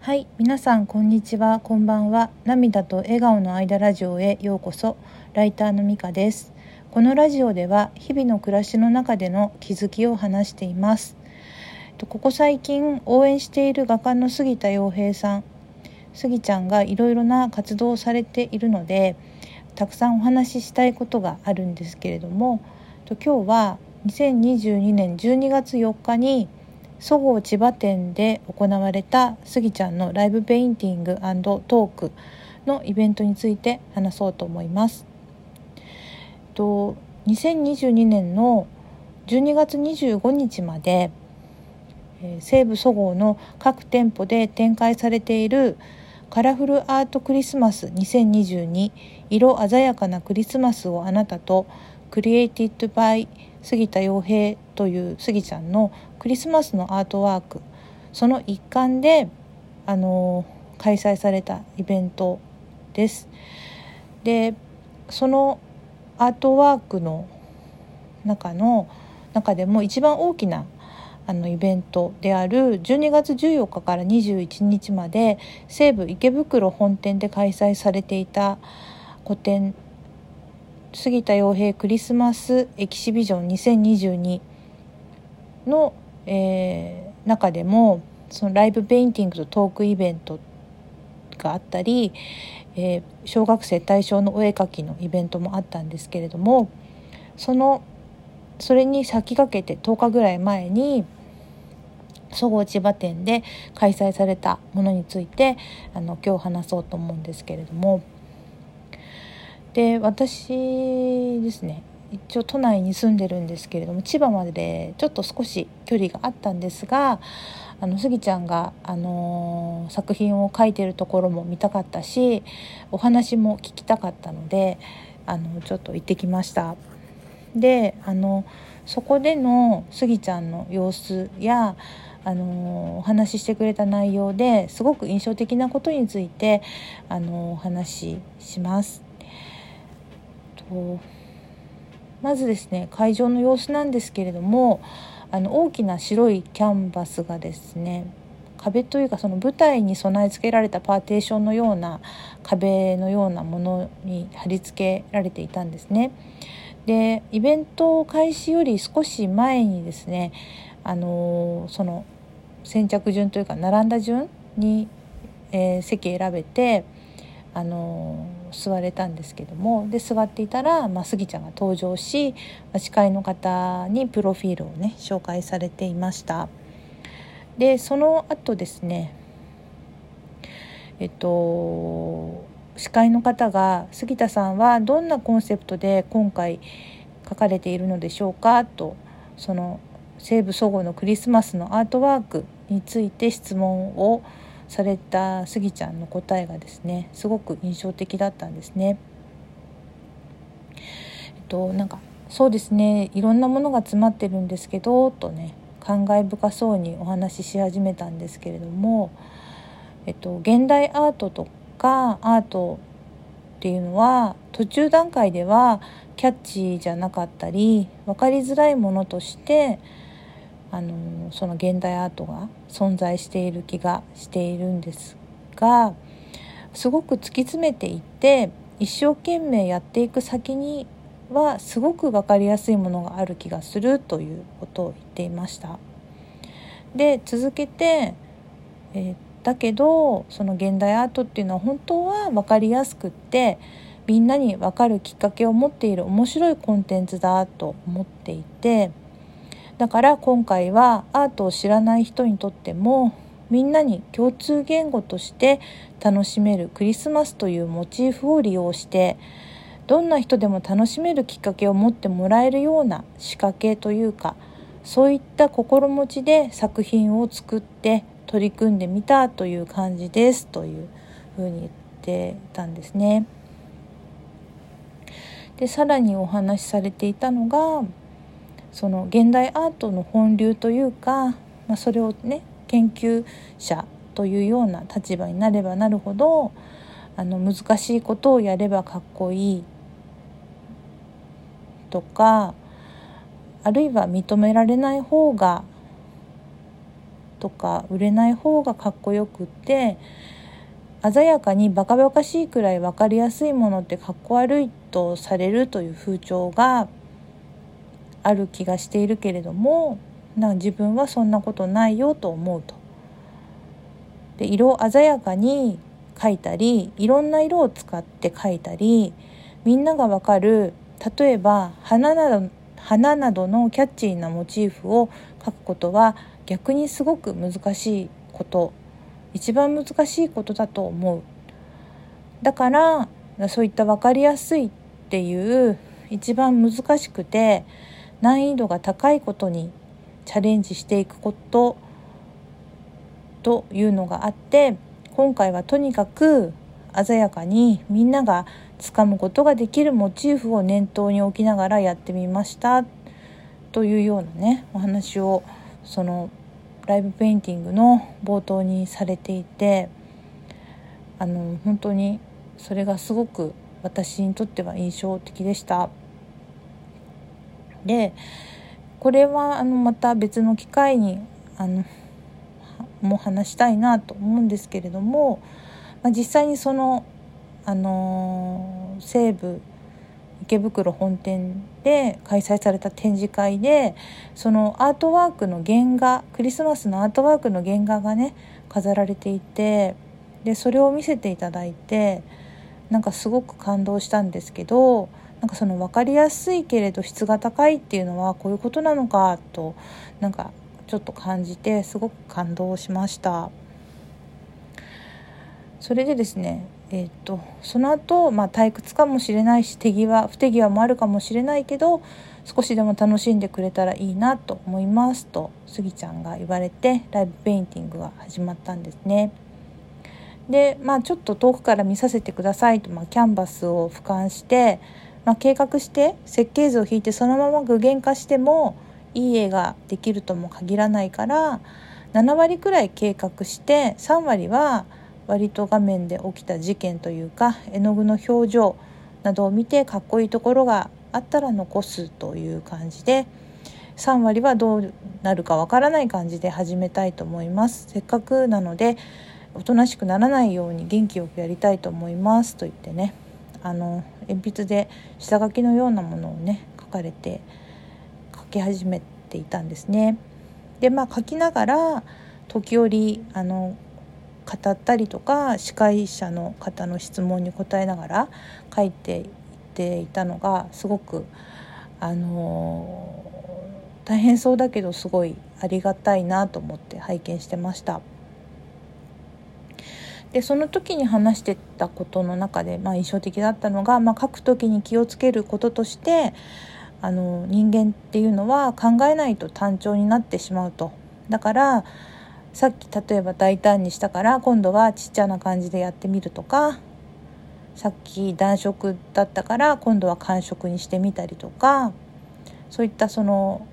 はい、皆さんこんにちは、こんばんは。涙と笑顔の間ラジオへようこそ。ライターのみかです。このラジオでは日々の暮らしの中での気づきを話しています。ここ最近応援している画家の杉田洋平さん、杉ちゃんがいろいろな活動をされているので、たくさんお話ししたいことがあるんですけれども、今日は2022年12月4日にそごう千葉店で行われたスギちゃんのライブペインティング&トークのイベントについて話そうと思います。2022年の12月25日まで西武そごうの各店舗で展開されているカラフルアートクリスマス2022色鮮やかなクリスマスをあなたとクリエイティッドバイ杉田洋平というスギちゃんのクリスマスのアートワーク、その一環で開催されたイベントです。で、そのアートワークの中でも一番大きなイベントである12月14日から21日まで西武池袋本店で開催されていた個展杉田洋平クリスマスエキシビジョン2022の、中でもそのライブペインティングとトークイベントがあったり、小学生対象のお絵描きのイベントもあったんですけれども、それに先駆けて10日ぐらい前にそごう千葉店で開催されたものについて今日話そうと思うんですけれども、で私ですね、一応都内に住んでるんですけれども、千葉までちょっと少し距離があったんですが、スギちゃんが、作品を描いているところも見たかったし、お話も聞きたかったのでちょっと行ってきました。でそこでのスギちゃんの様子やお話ししてくれた内容ですごく印象的なことについてお話しします。まずですね、会場の様子なんですけれども、大きな白いキャンバスがですね、壁というかその舞台に備え付けられたパーテーションのような壁のようなものに貼り付けられていたんですね。で、イベント開始より少し前にですね、その先着順というか並んだ順に、席選べて座れたんですけども、で座っていたら、スギちゃんが登場し、司会の方にプロフィールをね紹介されていました。でその後ですね、司会の方が杉田さんはどんなコンセプトで今回書かれているのでしょうかと、その西武そごうのクリスマスのアートワークについて質問をされたスギちゃんの答えがですね、すごく印象的だったんですね。そうですね、いろんなものが詰まってるんですけどとね、感慨深そうにお話しし始めたんですけれども、現代アートとかアートっていうのは途中段階ではキャッチーじゃなかったり分かりづらいものとしてその現代アートが存在している気がしているんですが、すごく突き詰めていって一生懸命やっていく先にはすごく分かりやすいものがある気がするということを言っていました。で続けて、だけどその現代アートっていうのは本当は分かりやすくってみんなに分かるきっかけを持っている面白いコンテンツだと思っていて、だから今回はアートを知らない人にとってもみんなに共通言語として楽しめるクリスマスというモチーフを利用して、どんな人でも楽しめるきっかけを持ってもらえるような仕掛けというか、そういった心持ちで作品を作って取り組んでみたという感じですというふうに言ってたんですね。でさらにお話しされていたのが、その現代アートの本流というか、それをね研究者というような立場になればなるほど難しいことをやればかっこいいとか、あるいは認められない方がとか売れない方がかっこよくって、鮮やかにバカバカしいくらい分かりやすいものってかっこ悪いとされるという風潮がある気がしているけれども、自分はそんなことないよと思うと。で、色鮮やかに描いたり、いろんな色を使って描いたり、みんながわかる、例えば花などのキャッチーなモチーフを描くことは逆にすごく難しいこと、一番難しいことだと思う。だからそういった分かりやすいっていう一番難しくて難易度が高いことにチャレンジしていくことというのがあって、今回はとにかく鮮やかにみんながつかむことができるモチーフを念頭に置きながらやってみましたというようなね、お話をそのライブペインティングの冒頭にされていて、本当にそれがすごく私にとっては印象的でした。で、これはまた別の機会にもう話したいなと思うんですけれども、実際にその西武池袋本店で開催された展示会で、そのアートワークの原画、クリスマスのアートワークの原画がね飾られていて、でそれを見せていただいて、すごく感動したんですけど、その分かりやすいけれど質が高いっていうのはこういうことなのかとちょっと感じて、すごく感動しました。それでですね、その後、退屈かもしれないし不手際もあるかもしれないけど、少しでも楽しんでくれたらいいなと思いますとスギちゃんが言われて、ライブペインティングが始まったんですね。で、ちょっと遠くから見させてくださいと、キャンバスを俯瞰して、計画して設計図を引いてそのまま具現化してもいい絵ができるとも限らないから、7割くらい計画して3割は割と画面で起きた事件というか絵の具の表情などを見てかっこいいところがあったら残すという感じで、3割はどうなるかわからない感じで始めたいと思います。せっかくなのでおとなしくならないように元気よくやりたいと思いますと言ってね、鉛筆で下書きのようなものをね書き始めていたんですね。で書きながら時折語ったりとか、司会者の方の質問に答えながら書いていっていたのがすごく大変そうだけどすごいありがたいなと思って拝見してました。でその時に話してたことの中で、印象的だったのが、書く時に気をつけることとして、人間っていうのは考えないと単調になってしまうと。だからさっき例えば大胆にしたから今度はちっちゃな感じでやってみるとか、さっき暖色だったから今度は寒色にしてみたりとか、そういったキ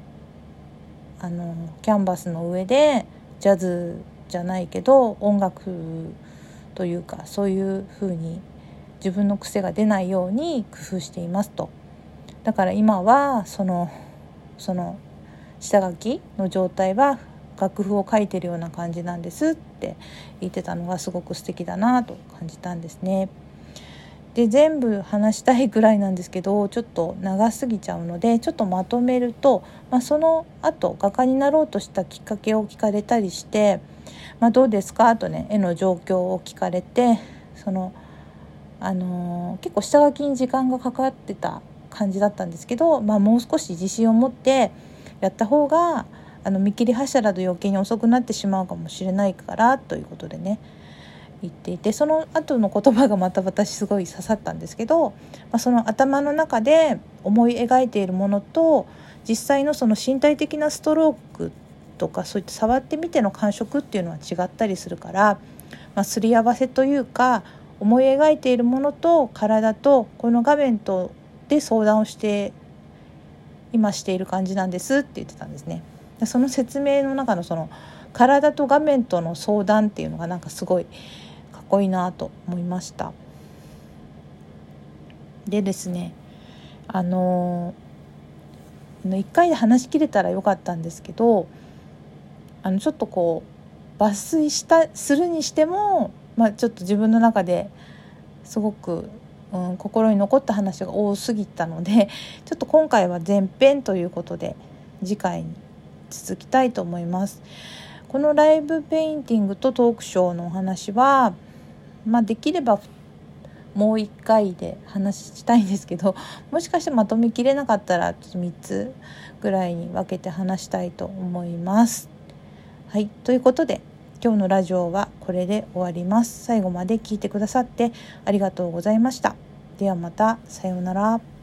ャンバスの上でジャズじゃないけど音楽というか、そういう風に自分の癖が出ないように工夫していますと。だから今はその下書きの状態は楽譜を書いてるような感じなんですって言ってたのがすごく素敵だなと感じたんですね。で全部話したいぐらいなんですけど、ちょっと長すぎちゃうのでちょっとまとめると、その後画家になろうとしたきっかけを聞かれたりして、どうですかとね、絵の状況を聞かれて、結構下書きに時間がかかってた感じだったんですけど、もう少し自信を持ってやった方が見切り発車だと余計に遅くなってしまうかもしれないからということでね言っていて、その後の言葉がまた私すごい刺さったんですけど、その頭の中で思い描いているものと実際のその身体的なストロークとか、そういった触ってみての感触っていうのは違ったりするから、すり合わせというか、思い描いているものと体とこの画面とで相談をして今している感じなんですって言ってたんですね。その説明の中のその体と画面との相談っていうのがすごいかっこいいなと思いました。でですね、1回で話し切れたらよかったんですけど、ちょっと抜粋するにしても、ちょっと自分の中ですごく、心に残った話が多すぎたので、ちょっと今回は前編ということで次回に続きたいと思います。このライブペインティングとトークショーのお話は、できればもう1回で話したいんですけど、もしかしてまとめきれなかったらちょっと3つぐらいに分けて話したいと思います。はい、ということで今日のラジオはこれで終わります。最後まで聞いてくださってありがとうございました。ではまた、さようなら。